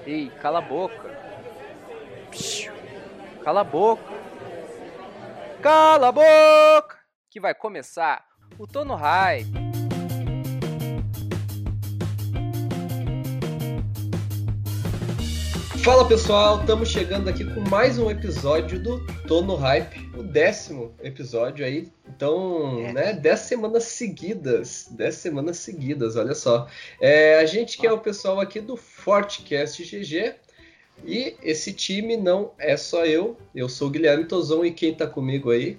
Ei, cala a boca. Psiu. Cala a boca. Cala a boca. Que vai começar o Tô no Hype. Fala pessoal, estamos chegando aqui com mais um episódio do Tô no Hype, o 10º episódio aí. Então, né, 10 semanas seguidas, olha só. A gente que é o pessoal aqui do Fortecast GG e esse time não é só eu sou o Guilherme Tozon e quem tá comigo aí?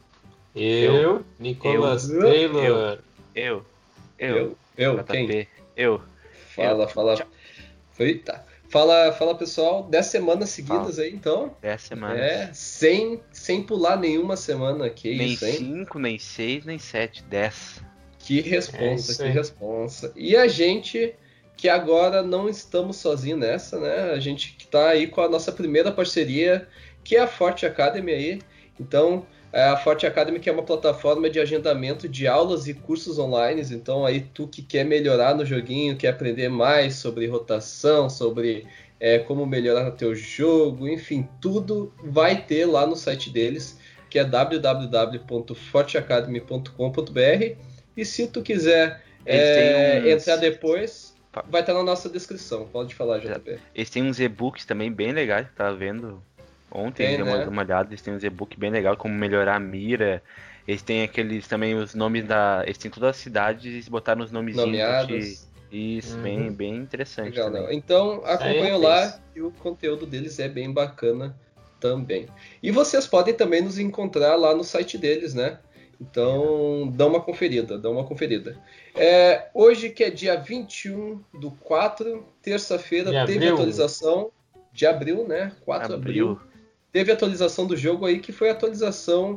Nicolas Taylor. Eu, quem? JP, Fala. Eita. Fala pessoal, 10 semanas seguidas aí, então. 10 semanas. Sem pular nenhuma semana, que Nem isso, hein? 5, nem 6, nem 7, 10. Que responsa. E a gente, que agora não estamos sozinhos nessa, né? A gente que tá aí com a nossa primeira parceria, que é a Forte Academy aí. Então, a Forte Academy que é uma plataforma de agendamento de aulas e cursos online. Então, aí tu que quer melhorar no joguinho, quer aprender mais sobre rotação, sobre como melhorar no teu jogo, enfim, tudo vai ter lá no site deles, que é www.forteacademy.com.br. E se tu quiser entrar depois, vai estar na nossa descrição. Pode falar, JP. Eles têm uns e-books também bem legais, que tava vendo ontem, dei uma olhada. Eles têm uns e-books bem legais, como melhorar a mira. Eles têm aqueles também, os nomes eles têm todas as cidades e botaram os nomezinhos. Isso, bem interessante. Legal, também. Então acompanham lá e o conteúdo deles é bem bacana também. E vocês podem também nos encontrar lá no site deles, né? Então, dá uma conferida. Hoje, que é dia 21/4, terça-feira, teve atualização de abril, né? 4 de abril. Teve atualização do jogo aí, que foi a atualização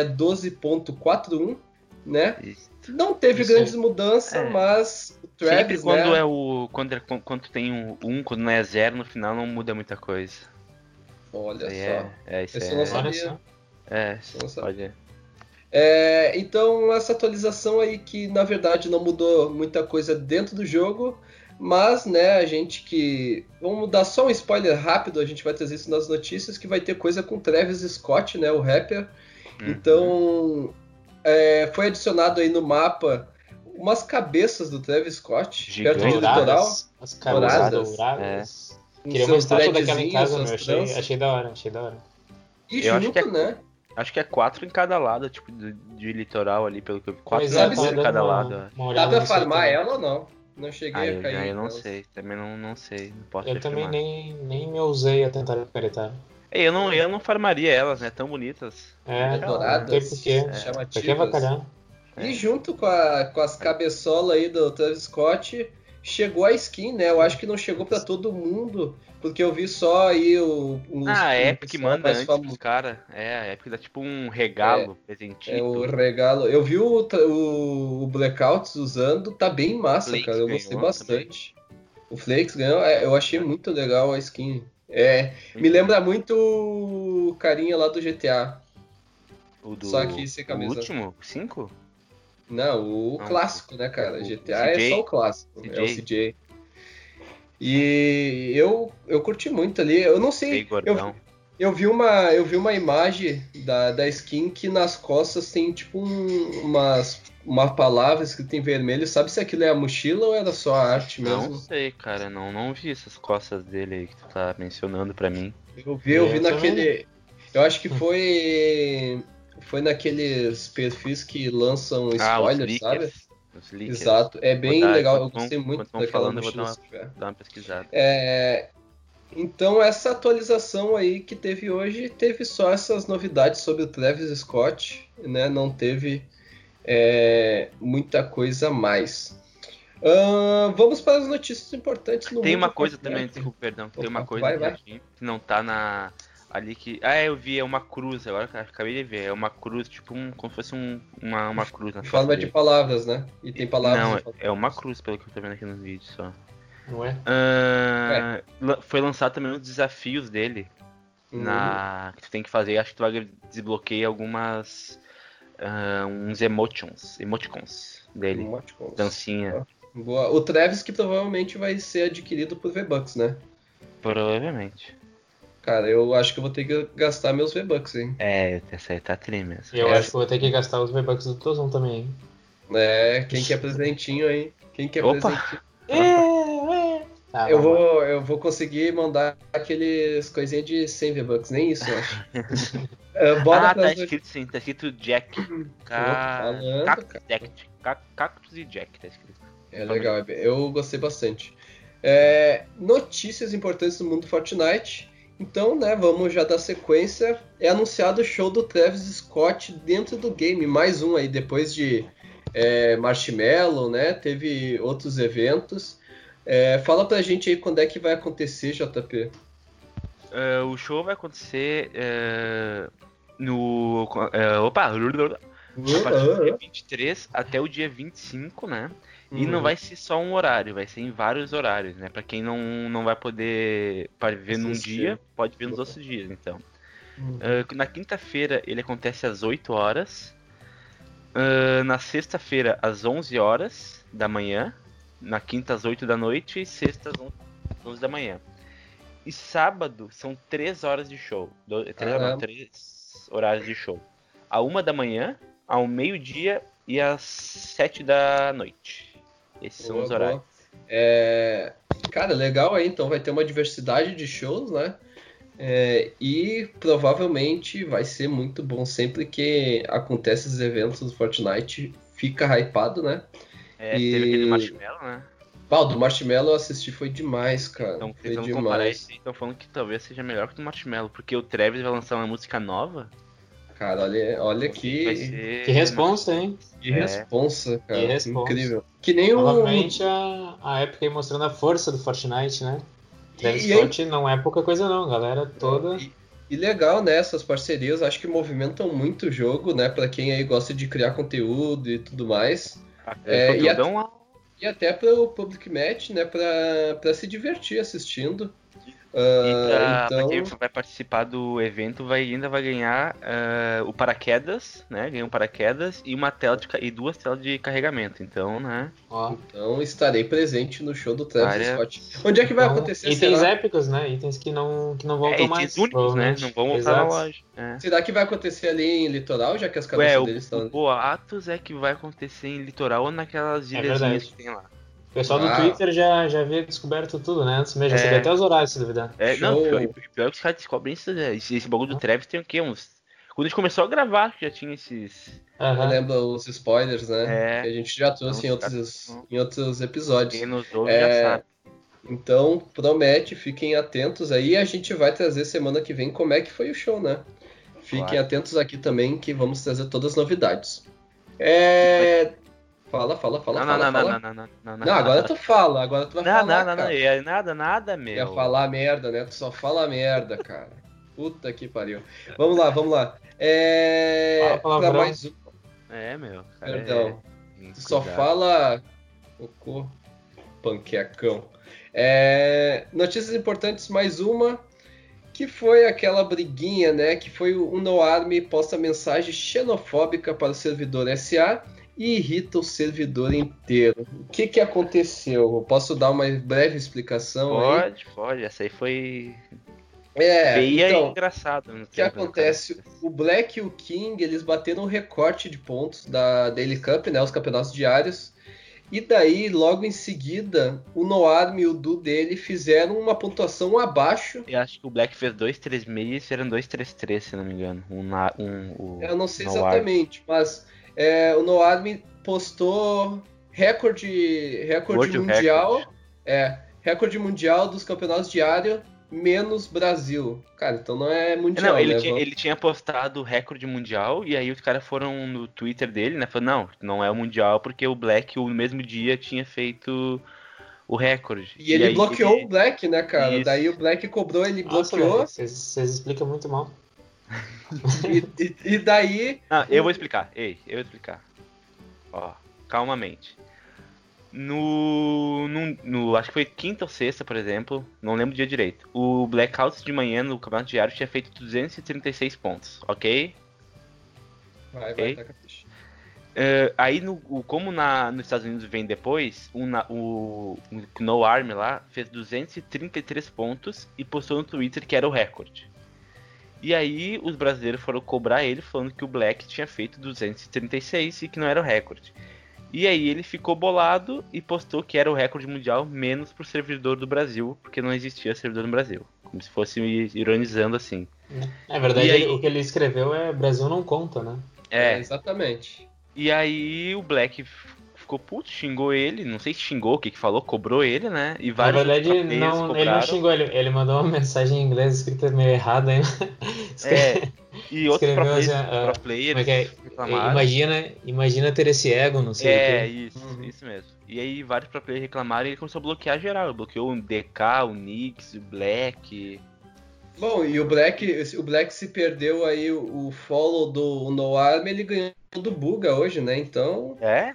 12.41, né? Isso. Não teve grandes mudanças, mas o Travis, sempre quando quando tem um, quando não é 0 no final, não muda muita coisa. Olha isso só. Isso eu não sabia. Pode. Então, essa atualização aí que, na verdade, não mudou muita coisa dentro do jogo, mas, né, a gente que... Vamos dar só um spoiler rápido, a gente vai trazer isso nas notícias, que vai ter coisa com Travis Scott, né, o rapper. Então, foi adicionado aí no mapa umas cabeças do Travis Scott, gigante, perto do litoral. As cabeças douradas. Queria uma estátua daquela em casa, meu. Achei da hora. E junto, né? Acho que é 4 em cada lado, tipo, de litoral ali, pelo que eu vi. 4 em cada lado. Dá pra farmar ela ou não? Não cheguei a cair. Eu não sei, também não sei. Não posso eu também nem me ousei a tentar picaretar. Eu não farmaria elas, né? Tão bonitas. Douradas. Não tem porquê. Pra que avacalhar? E junto com as cabeçolas aí do Travis Scott, chegou a skin, né? Eu acho que não chegou pra todo mundo, porque eu vi só aí a Epic manda antes pros caras. A Epic dá tipo um regalo, presentinho. O regalo. Eu vi o Blackouts usando, tá bem massa, Flakes, cara. Eu gostei bastante. Também. O Flakes ganhou, eu achei muito legal a skin. Me lembra muito o carinha lá do GTA. Só que sem camisa. O último? 5? Não, clássico, né, cara? GTA CJ, é só o clássico. CJ. É o CJ. E eu curti muito ali. Eu não sei. Eu vi uma imagem da skin que nas costas tem tipo uma palavra escrita em vermelho. Sabe se aquilo é a mochila ou era só a arte mesmo? Não sei, cara. Não vi essas costas dele aí que tu tá mencionando pra mim. Eu vi naquele... Eu acho que foi naqueles perfis que lançam spoilers, sabe? Os leakers. Exato. É bem legal. Eu gostei muito daquela mochila. Eu vou dar uma pesquisada. Então, essa atualização aí que teve hoje, teve só essas novidades sobre o Travis Scott, né? Não teve muita coisa a mais. Vamos para as notícias importantes no Tem mundo. uma coisa também, desculpa, perdão. Tem uma coisa que não tá ali que... eu vi, é uma cruz, agora acabei de ver. É uma cruz, tipo como se fosse uma cruz na forma de palavras, né? E tem palavras... Não, é uma cruz, pelo que eu tô vendo aqui no vídeo só. Não é? Foi lançado também os desafios dele. Que tu tem que fazer. Acho que tu vai desbloquear algumas... uns emoticons dele. Dancinha. Boa. O Travis que provavelmente vai ser adquirido por V-Bucks, né? Provavelmente. Cara, eu acho que eu vou ter que gastar meus V-Bucks, hein? Essa aí tá tri mesmo. Eu acho que eu vou ter que gastar os V-Bucks do Tozão também, hein? Quem quer presentinho aí? Quem quer Opa! presentinho? Tá, eu vou conseguir mandar aqueles coisinhas de 100 V-Bucks, nem isso, eu acho. Bora tá escrito sim, tá escrito Jack. Falando, Cactus e Jack, tá escrito. É legal, eu gostei bastante. Notícias importantes do mundo Fortnite. Então, né, vamos já dar sequência. É anunciado o show do Travis Scott dentro do game. Mais um aí, depois de Marshmello, né? Teve outros eventos. Fala pra gente aí quando é que vai acontecer, JP. O show vai acontecer no... a partir do dia 23 até o dia 25, né? E não vai ser só um horário, vai ser em vários horários, né? Pra quem não vai poder ver num dia, pode ver nos outros dias, então. Na quinta-feira ele acontece às 8 horas. Na sexta-feira às 11 horas da manhã. Na quinta às 8 da noite e sexta às 11 da manhã. E sábado são 3 horas de show. 3 horários de show. À 1 da manhã, ao meio-dia e às 7 da noite. Esses são os horários. Cara, legal aí. Então vai ter uma diversidade de shows, né? E provavelmente vai ser muito bom. Sempre que acontece esses eventos do Fortnite, fica hypado, né? Teve aquele Marshmello, né? O do Marshmello eu assisti, foi demais, cara. Então, foi demais. Comparar esse, estão falando que talvez seja melhor que o do Marshmello, porque o Travis vai lançar uma música nova. Cara, olha que... Que responsa, hein? Que responsa, cara. Que responsa. Incrível. Que nem Novamente a época aí mostrando a força do Fortnite, né? Travis Scott não é pouca coisa não, galera toda... E legal, né, essas parcerias, acho que movimentam muito o jogo, né, pra quem aí gosta de criar conteúdo e tudo mais. E até pro Public Match, né, pra se divertir assistindo. Pra quem vai participar do evento ainda vai ganhar o paraquedas, né? Ganha um paraquedas e uma tela e 2 telas de carregamento. Então, né? Então estarei presente no show do Travis Scott. Onde é que vai acontecer? Itens épicos, né? Itens que não voltam mais. Itens únicos, né? Não vão voltar na loja. Será que vai acontecer ali em Litoral, já que as cabeças deles estão... O boatos é que vai acontecer em Litoral ou naquelas ilhazinhas que tem lá. O pessoal do Twitter já havia descoberto tudo, né? Antes mesmo, já sabia até os horários, se duvidar. Pior que os caras descobrem isso. Esse bagulho do Travis tem o quê? Quando a gente começou a gravar, já tinha esses... Eu lembro os spoilers, né? Que a gente já trouxe em outros episódios. Quem nos ouve já sabe. Então, promete, fiquem atentos aí. A gente vai trazer semana que vem como é que foi o show, né? Fiquem atentos aqui também, que vamos trazer todas as novidades. Fala. Não, agora tu fala, agora tu vai falar, cara. Nada, meu. Quer falar merda, né? Tu só fala merda, cara. Puta que pariu. Vamos lá. Pra mais um. Meu. Perdão. Tu só fala... Cocô. Panquecão. Notícias importantes, mais uma. Que foi aquela briguinha, né? Que foi o NoArmy posta mensagem xenofóbica para o servidor SA e irrita o servidor inteiro. O que aconteceu? Eu posso dar uma breve explicação aí? Pode. Essa aí foi feia e engraçada. O que acontece? O Black e o King, eles bateram um recorte de pontos da Daily Cup, né? Os campeonatos diários. E daí, logo em seguida, o NoArmy e o Du dele fizeram uma pontuação abaixo. Eu acho que o Black fez 2-3 e fizeram 2-3-3, se não me engano. Eu não sei exatamente, mas o NoArmy postou recorde mundial. Recorde mundial dos campeonatos diários menos Brasil. Cara, então não é mundial, ele tinha postado o recorde mundial e aí os caras foram no Twitter dele, né? Falaram, não é o mundial porque o Black no mesmo dia tinha feito o recorde. E ele bloqueou o Black, né, cara? Isso. Daí o Black cobrou, ele bloqueou. Vocês explicam muito mal. E daí... eu vou explicar. Ó, calmamente. Acho que foi quinta ou sexta, por exemplo, não lembro o dia direito. O Blackout de manhã no campeonato diário tinha feito 236 pontos, ok? Vai, tá capricho. Aí, como nos Estados Unidos vem depois, o No Army lá fez 233 pontos e postou no Twitter que era o recorde. E aí os brasileiros foram cobrar ele falando que o Black tinha feito 236 e que não era o recorde. E aí ele ficou bolado e postou que era o recorde mundial, menos pro servidor do Brasil, porque não existia servidor no Brasil. Como se fosse ironizando assim. É verdade, o que ele escreveu é Brasil não conta, né? Exatamente. E aí o Black ficou puto, xingou ele, não sei se xingou, o que falou, cobrou ele, né? E vários Na verdade, ele não xingou, ele mandou uma mensagem em inglês escrita meio errada ainda. E outros pro players reclamaram. Imagina ter esse ego, não sei o quê. Isso mesmo. E aí vários pro players reclamaram e ele começou a bloquear geral. Ele bloqueou o DK, o Nix, o Black. Bom, e o Black se perdeu aí o follow do No Army, ele ganhou do Buga hoje, né? Então.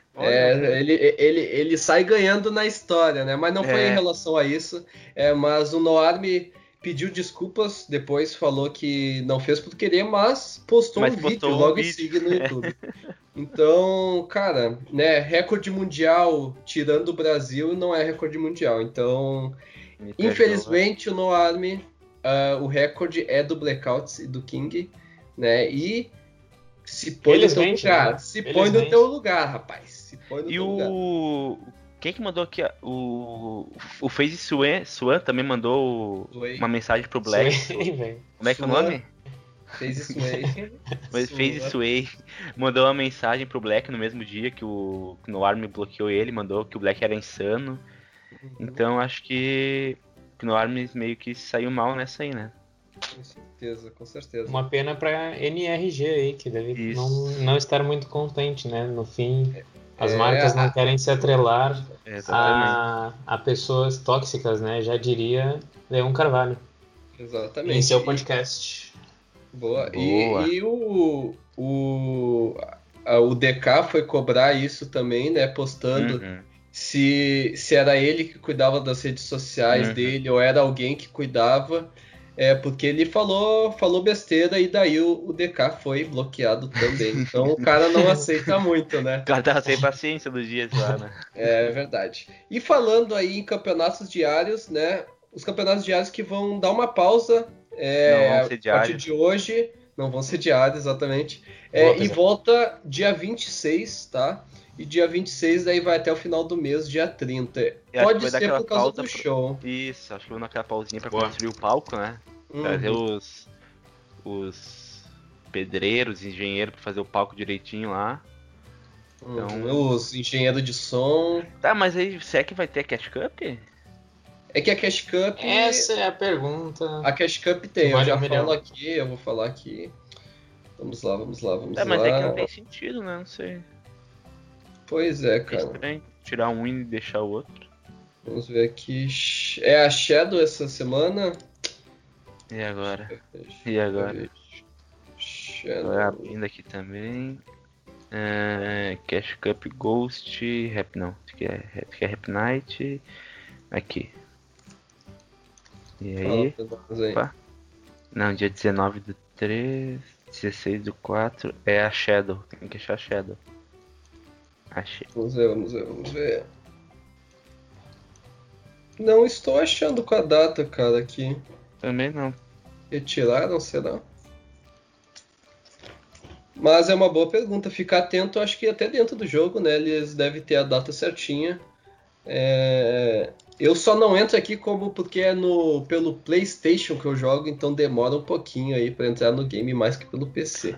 Ele sai ganhando na história, né? Mas não foi em relação a isso. Mas o No Army pediu desculpas, depois falou que não fez por querer, mas postou um vídeo logo em seguida no YouTube. Então, cara, né? Recorde mundial, tirando o Brasil, não é recorde mundial. Então, infelizmente, o No Army. O recorde é do Blackouts e do King, né? E se põe no teu lugar. Né? Se põe no teu lugar, rapaz. Se põe no teu lugar. Quem que mandou aqui? O FaZe Swan também mandou uma mensagem pro Black. Como é que é o nome? FaZe Sway. Mas FaZe Sway mandou uma mensagem pro Black no mesmo dia que o No Army bloqueou ele, mandou que o Black era insano. Então acho que o No Army meio que saiu mal nessa aí, né? Com certeza. Uma pena pra NRG aí, que deve não estar muito contente, né? No fim, as marcas não querem se atrelar a pessoas tóxicas, né? Já diria Leão Carvalho. Exatamente. Em seu podcast. Boa. E o DK foi cobrar isso também, né? Postando se era ele que cuidava das redes sociais dele ou era alguém que cuidava. Porque ele falou besteira e daí o DK foi bloqueado também. Então o cara não aceita muito, né? O cara tá sem paciência dos dias lá, né? É verdade. E falando aí em campeonatos diários, né? Os campeonatos diários que vão dar uma pausa a partir de hoje. Não vão ser diários, exatamente. E volta dia 26, tá? E dia 26 daí vai até o final do mês, dia 30. Pode ser por causa do show. Isso, acho que vou naquela pausinha pra construir o palco, né? Trazer os pedreiros, engenheiros pra fazer o palco direitinho lá. Então... Os engenheiros de som. Tá, mas aí, será que vai ter a Cash Cup? É que a Cash Cup... Essa é a pergunta. A Cash Cup tem, eu vou falar aqui. Vamos lá. Mas é que não tem sentido, né? Não sei. Pois é, cara. É estranho tirar um e deixar o outro. Vamos ver aqui. É a Shadow essa semana? E agora? Shadow. Tô abrindo aqui também. Cash Cup Ghost. Não. Aqui é Rap Night. Aqui. E aí? Opa. Não, dia 19 do 3. 16 do 4. É a Shadow. Tem que achar a Shadow. Achei. Vamos ver. Não estou achando com a data, cara, aqui. Também não. Retiraram, será? Mas é uma boa pergunta. Ficar atento, acho que até dentro do jogo, né? Eles devem ter a data certinha. Eu só não entro aqui porque é pelo PlayStation que eu jogo, então demora um pouquinho aí para entrar no game mais que pelo PC.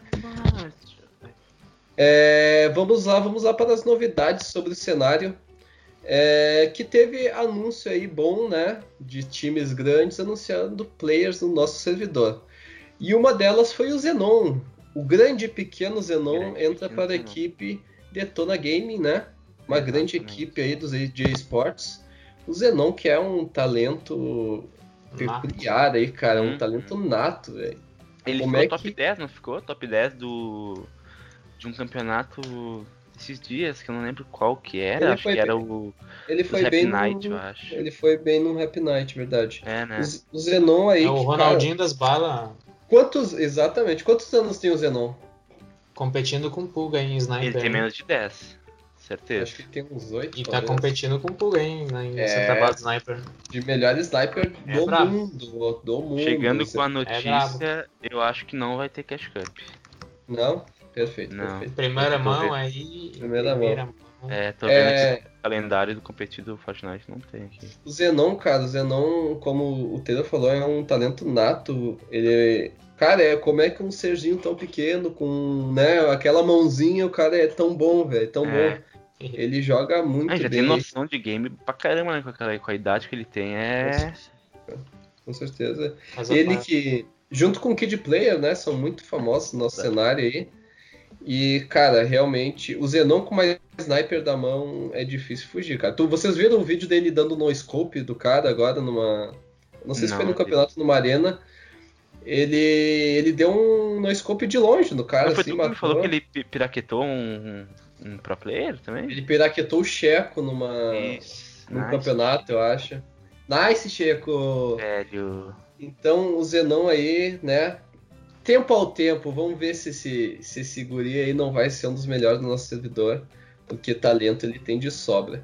Vamos lá para as novidades sobre o cenário. Que teve anúncio aí bom, né, de times grandes anunciando players no nosso servidor. E uma delas foi o Zenon. O grande e pequeno Zenon entra para a equipe Detona Gaming, né? Uma grande equipe aí dos eSports. O Zenon, que é um talento peculiar aí, cara, um talento nato, velho. Ele ficou top 10, não ficou? Top 10 de um campeonato esses dias, que eu não lembro qual que era, acho que era o Rap Night, eu acho. Ele foi bem no Rap Night, verdade. Né? O Zenon aí... É o Ronaldinho das balas. Exatamente. Quantos anos tem o Zenon? competindo com o Pulga em Sniper. Ele tem menos de 10. Certeza. Acho que tem uns 8. E tá competindo com o Pulga em Sniper. De melhor sniper do mundo. Chegando com a notícia, eu acho que não vai ter Cash Cup. Não? Perfeito. Primeira mão aí. Primeira mão. Tô vendo aqui o calendário do competido Fortnite, não tem aqui. O Zenon, como o Taylor falou, é um talento nato. Ele... Cara, como é que um serzinho tão pequeno, com, né, aquela mãozinha, o cara é tão bom, velho, tão bom. Ele joga muito bem. Já tem noção de game pra caramba, né, com a idade que ele tem, Com certeza. Ele que, junto com o Kid Player, né, são muito famosos no nosso cenário aí. E, cara, realmente, o Zenon com mais sniper da mão é difícil fugir, cara. Vocês viram o vídeo dele dando no scope do cara agora numa... Não sei se foi no campeonato, numa arena. Ele deu um no scope de longe no cara. Foi assim, tu que me falou que ele piraquetou um pro player também? Ele piraquetou o Checo num campeonato, eu acho. Nice, Checo! Velho. Então, o Zenon aí, né? Tempo ao tempo, vamos ver se esse guri aí não vai ser um dos melhores do nosso servidor, porque talento ele tem de sobra.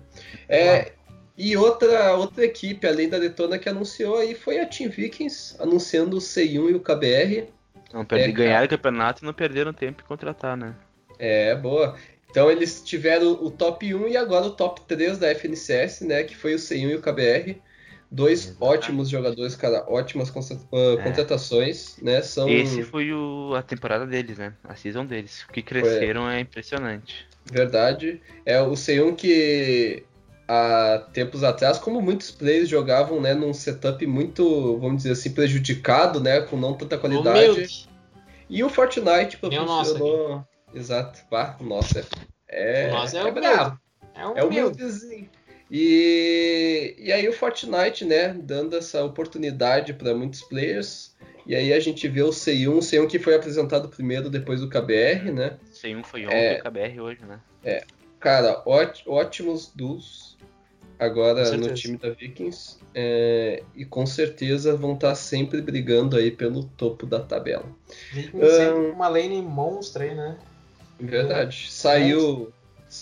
E outra equipe, além da Detona, que anunciou aí foi a Team Vikings, anunciando o C1 e o KBR. Ganharam o campeonato e não perderam tempo em contratar, né? Boa. Então eles tiveram o top 1 e agora o top 3 da FNCS, né? Que foi o C1 e o KBR. Dois ótimos jogadores, cara, ótimas contratações, né? Esse foi a temporada deles, né? A season deles. O que cresceram é impressionante. Verdade. É o C1 que há tempos atrás, como muitos players jogavam, né, num setup muito, vamos dizer assim, prejudicado, né, com não tanta qualidade. Humilde. E o Fortnite proporcionou... Exato. O nosso é bravo. É humildezinho. E aí o Fortnite, né, dando essa oportunidade para muitos players. E aí a gente vê o C1 que foi apresentado primeiro depois do KBR, né? C1 foi ontem, o KBR hoje, né? Cara, ótimos duos agora no time da Vikings. E com certeza vão estar sempre brigando aí pelo topo da tabela. Vikings sempre uma lane monstra aí, né? Verdade. Saiu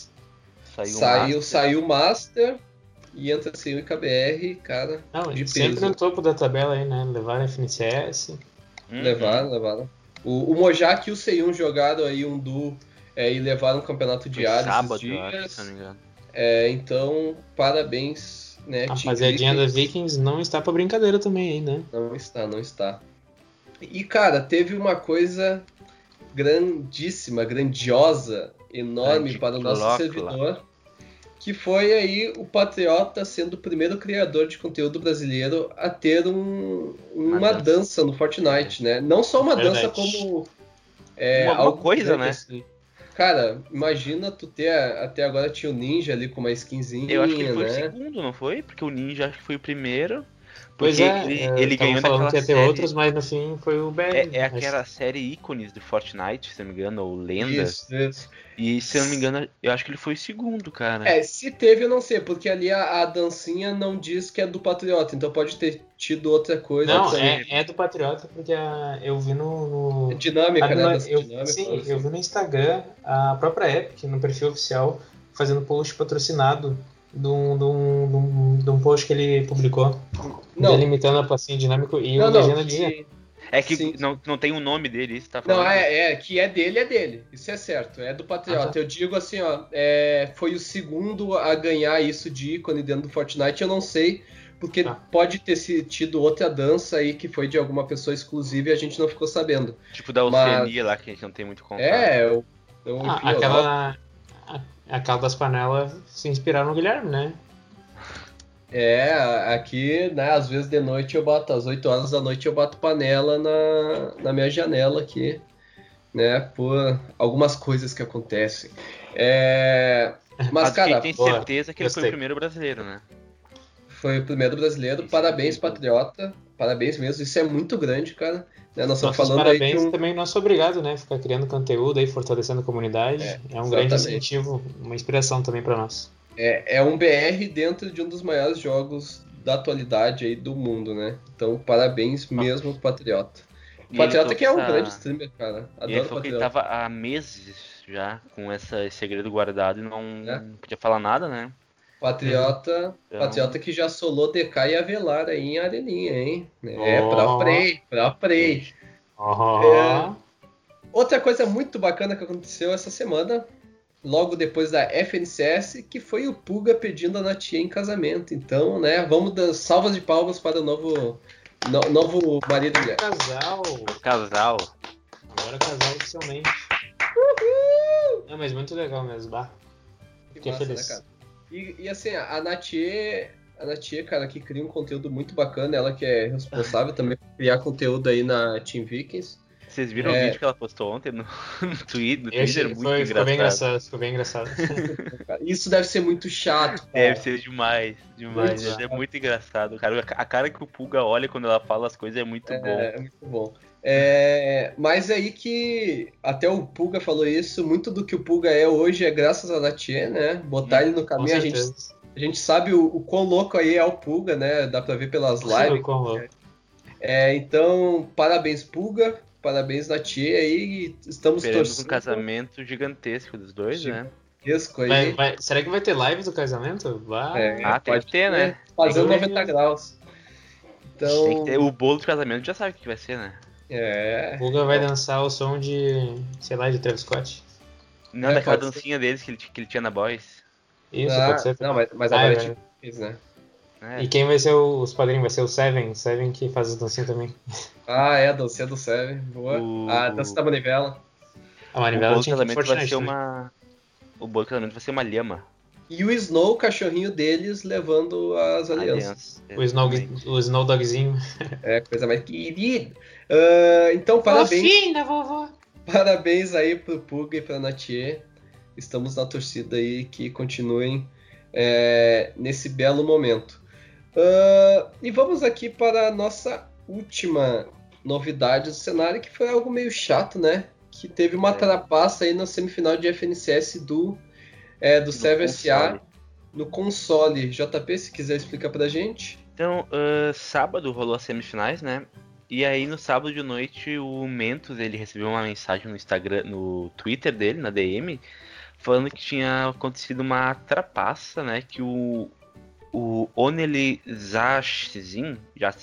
o Master e entra C1 e KBR, cara. De sempre peso. No topo da tabela aí, né? Levaram a FNCS. Levaram. O Mojak e o C1 jogaram aí um duo e levaram um campeonato diário sábado, esses dias. Eu acho, se não me engano. Então, parabéns, né? A rapaziadinha da Vikings não está pra brincadeira também aí, né? Não está. E, cara, teve uma coisa grandíssima, grandiosa, enorme para o nosso servidor, que foi aí o Patriota sendo o primeiro criador de conteúdo brasileiro a ter uma dança no Fortnite, né? Não só uma dança como alguma coisa, né? Assim. Cara, imagina tu ter, até agora tinha o Ninja ali com uma skinzinha, eu acho que ele foi né? o segundo, não foi? Porque o Ninja acho que foi o primeiro. Pois ele ganhou falando naquela que ia ter série... outros, mas no fim foi o BR. Aquela série ícones do Fortnite, se não me engano, ou Lendas. Isso. E se eu não me engano, eu acho que ele foi o segundo, cara. Se teve, eu não sei, porque ali a dancinha não diz que é do Patriota, então pode ter tido outra coisa. Não, é do Patriota, porque eu vi no... É dinâmica, né? Sim, eu vi no Instagram a própria Epic, no perfil oficial, fazendo post patrocinado de um post que ele publicou, delimitando a passinha dinâmico e o legenda dizia. É que não tem o nome dele, isso tá falando. Não, que é dele. Isso é certo, é do Patriota. Eu digo assim, foi o segundo a ganhar isso de ícone dentro do Fortnite, eu não sei, porque pode ter tido outra dança aí que foi de alguma pessoa exclusiva e a gente não ficou sabendo. Tipo da Oceania lá, que a gente não tem muito contato. Aquela das panelas se inspiraram no Guilherme, né? Aqui, né, às vezes de noite eu boto, às 8 horas da noite eu boto panela na minha janela aqui, né, por algumas coisas que acontecem. Mas cara... tem certeza que ele foi o primeiro brasileiro, né? Foi o primeiro brasileiro, parabéns, Patriota, parabéns mesmo, isso é muito grande, cara. Né, nós estamos falando parabéns aí também, nosso obrigado, né, ficar criando conteúdo aí, fortalecendo a comunidade, é um grande incentivo, uma inspiração também para nós. É um BR dentro de um dos maiores jogos da atualidade aí do mundo, né? Então, parabéns mesmo, Patriota. O Patriota que é um grande streamer, cara. Adoro ele falou que ele tava há meses já com esse segredo guardado e não podia falar nada, né? Patriota que já solou DK e Avelar aí em areninha, hein? Pra Prey. Outra coisa muito bacana que aconteceu essa semana, logo depois da FNCS, que foi o Puga pedindo a Natia em casamento. Então, né, vamos dar salvas de palmas para o novo marido e mulher. Casal. Agora casal oficialmente. Uhul! Não, mas muito legal mesmo, Fiquei feliz. Né, cara? E assim, a Natia, cara, que cria um conteúdo muito bacana, ela que é responsável também por criar conteúdo aí na Team Vikings. Vocês viram o vídeo que ela postou ontem no Twitter? Ficou bem engraçado. Isso deve ser muito chato. Cara. Deve ser demais. É muito engraçado, cara. A cara que o Puga olha quando ela fala as coisas é muito bom. É muito bom. Mas aí que até o Puga falou isso, muito do que o Puga é hoje é graças a Natie, né? Botar ele no caminho, a gente sabe o quão louco aí é o Puga, né? Dá pra ver pelas lives. Então, parabéns, Puga. Parabéns, Natie, aí estamos torcendo um casamento gigantesco dos dois, né? Gigantesco aí. Será que vai ter live do casamento? Tem que ter, né? Fazendo 90 graus. Então... Tem que ter, o bolo de casamento já sabe o que vai ser, né? O Puga vai dançar o som de, sei lá, de Travis Scott. Não, daquela dancinha deles que ele tinha na Boys. Isso, pode ser. Não, mas agora é tipo isso, né? E quem vai ser os padrinhos? Vai ser o Seven que faz as dancinhas também. A dancinha do Seven, boa. A dança da manivela. A manivela tinha que vai ser O bolo de casamento vai ser uma lhama. E o Snow, o cachorrinho deles, levando as alianças. O Snow Dogzinho. Coisa mais querida. Então, parabéns. Fofinha, vovó. Parabéns aí pro Puga e pra Natie. Estamos na torcida aí que continuem nesse belo momento. E vamos aqui para a nossa última novidade do cenário, que foi algo meio chato, né? Que teve uma trapaça aí na semifinal de FNCS do Server SA no console. JP, se quiser explicar pra gente. Então, sábado rolou as semifinais, né? E aí no sábado de noite o Mentos, ele recebeu uma mensagem no Instagram, no Twitter dele, na DM, falando que tinha acontecido uma trapaça, né? Que o Onely Zashzin,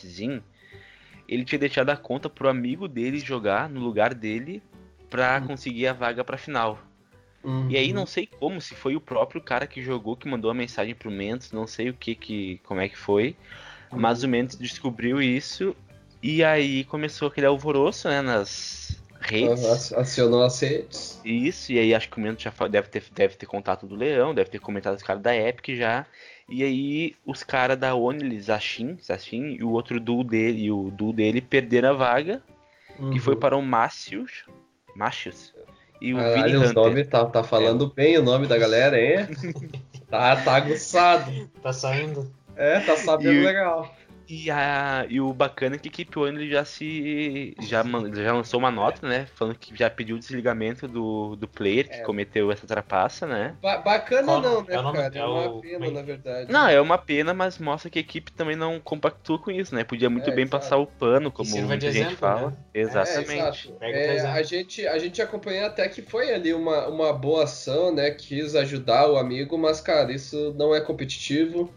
ele tinha deixado a conta pro amigo dele jogar no lugar dele pra conseguir a vaga pra final. E aí não sei como, se foi o próprio cara que jogou que mandou a mensagem pro Mentos, não sei como é que foi, mas o Mentos descobriu isso e aí começou aquele alvoroço, né, nas redes. Acionou as redes. Isso, e aí acho que o Mentos já deve ter contato do Leão, deve ter comentado os caras da Epic já. E aí os caras da Only Zashin e o outro duo dele perderam a vaga, que foi para o Machos e o Vini Hunter. Nome tá falando bem o nome da galera, hein? tá aguçado. Tá saindo. Tá sabendo legal. E o bacana é que a equipe Only já lançou uma nota, né? Falando que já pediu o desligamento do player que cometeu essa trapaça, né? Bacana não, né, cara? É uma pena, na verdade. Não, é uma pena, mas mostra que a equipe também não compactua com isso, né? Podia muito bem passar o pano, como muita gente fala. Né? Exatamente. A gente acompanhou até que foi ali uma boa ação, né? Quis ajudar o amigo, mas, cara, isso não é competitivo.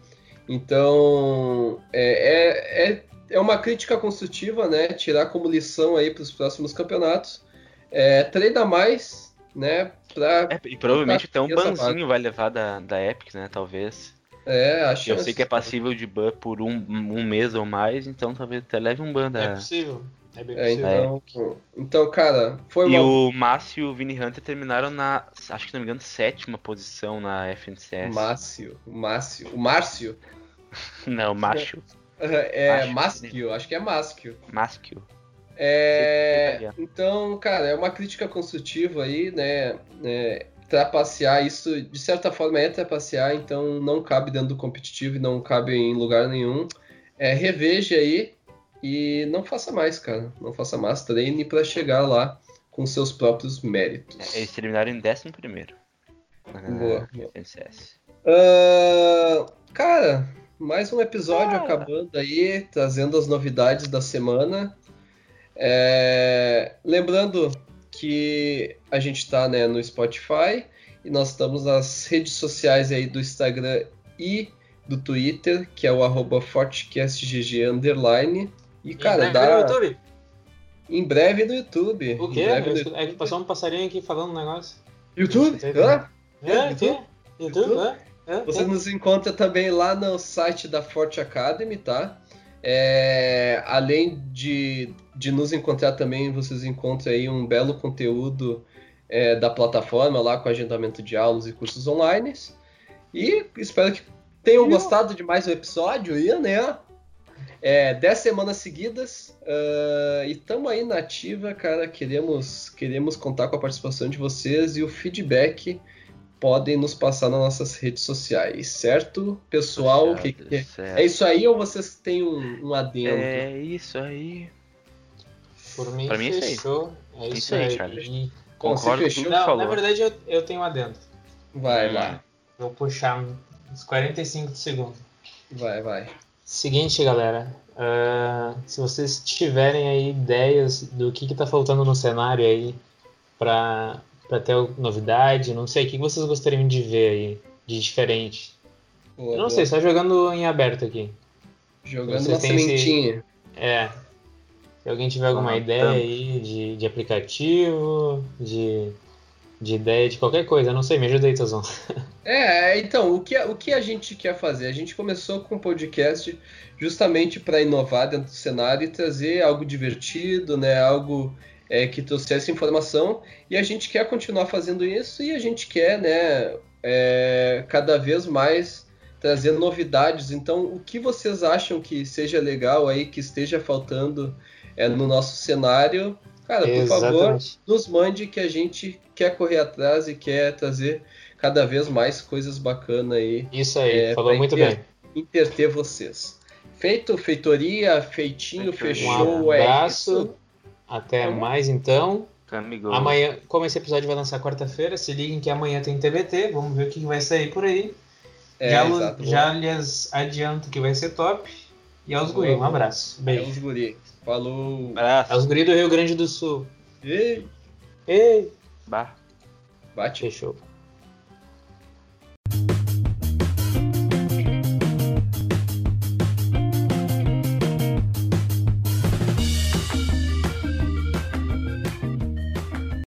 Então, é uma crítica construtiva, né? Tirar como lição aí para os próximos campeonatos. Treina mais, né? E provavelmente até um banzinho vai levar da Epic, né? Talvez. Acho. Eu sei que é passível de ban por um mês ou mais, então talvez até leve um ban da... É possível. É bem possível. Então, cara, foi uma... E o Márcio e o Vini Hunter terminaram na, acho que não me engano, 7ª posição na FNCS. O Márcio? Não, Macho. Maschio, acho que é Maschio. Maschio. Então, cara, é uma crítica construtiva aí, né? Trapacear, isso de certa forma é trapacear, então não cabe dentro do competitivo e não cabe em lugar nenhum. Reveja aí e não faça mais, cara. Não faça mais, treine para chegar lá com seus próprios méritos. Eles terminaram em 11º. Boa. FNCS. Cara, mais um episódio acabando aí, trazendo as novidades da semana. Lembrando que a gente está, né, no Spotify e nós estamos nas redes sociais aí do Instagram e do Twitter, que é o @fortecastgg_. E, cara, no YouTube? Em breve no YouTube. O quê? É que passou um passarinho aqui falando um negócio. YouTube? YouTube? Você nos encontra também lá no site da Forte Academy, tá? Além de nos encontrar também, vocês encontram aí um belo conteúdo da plataforma lá com agendamento de aulas e cursos online. E espero que tenham gostado de mais um episódio, né? 10 semanas seguidas e estamos aí na ativa, cara. Queremos contar com a participação de vocês e o feedback podem nos passar nas nossas redes sociais, certo, pessoal? Certo. É isso aí ou vocês têm um adendo? É isso aí. Por mim, fechou. É isso aí, cara. Concordo com tudo que falou. Na verdade, eu tenho um adendo. Vai lá. Vou puxar uns 45 segundos. Vai. Seguinte, galera. Se vocês tiverem aí ideias do que tá faltando no cenário aí pra ter novidade, não sei, o que vocês gostariam de ver aí, de diferente? Eu não sei, só jogando em aberto aqui. Jogando uma sementinha. Se alguém tiver alguma ideia aí de aplicativo, de ideia de qualquer coisa, não sei, me ajuda aí, Tazão. Então, o que a gente quer fazer? A gente começou com o podcast justamente para inovar dentro do cenário e trazer algo divertido, né? Algo que trouxesse informação, e a gente quer continuar fazendo isso, e a gente quer, né, cada vez mais trazer novidades. Então, o que vocês acham que seja legal aí, que esteja faltando no nosso cenário? Cara, por favor, nos mande, que a gente quer correr atrás e quer trazer cada vez mais coisas bacanas aí. Isso aí, falou muito bem. Interter vocês. Feitoria, feitinho, fechou. Um abraço. Até mais, então. Amigos. Amanhã, como esse episódio vai lançar quarta-feira, se liguem que amanhã tem TBT. Vamos ver o que vai sair por aí. Já lhes adianto que vai ser top. E aos guri, um abraço. Beijo. Aos guri. Falou. Abraço. Aos guri do Rio Grande do Sul. Ei. Ei. Bah. Bate. Fechou.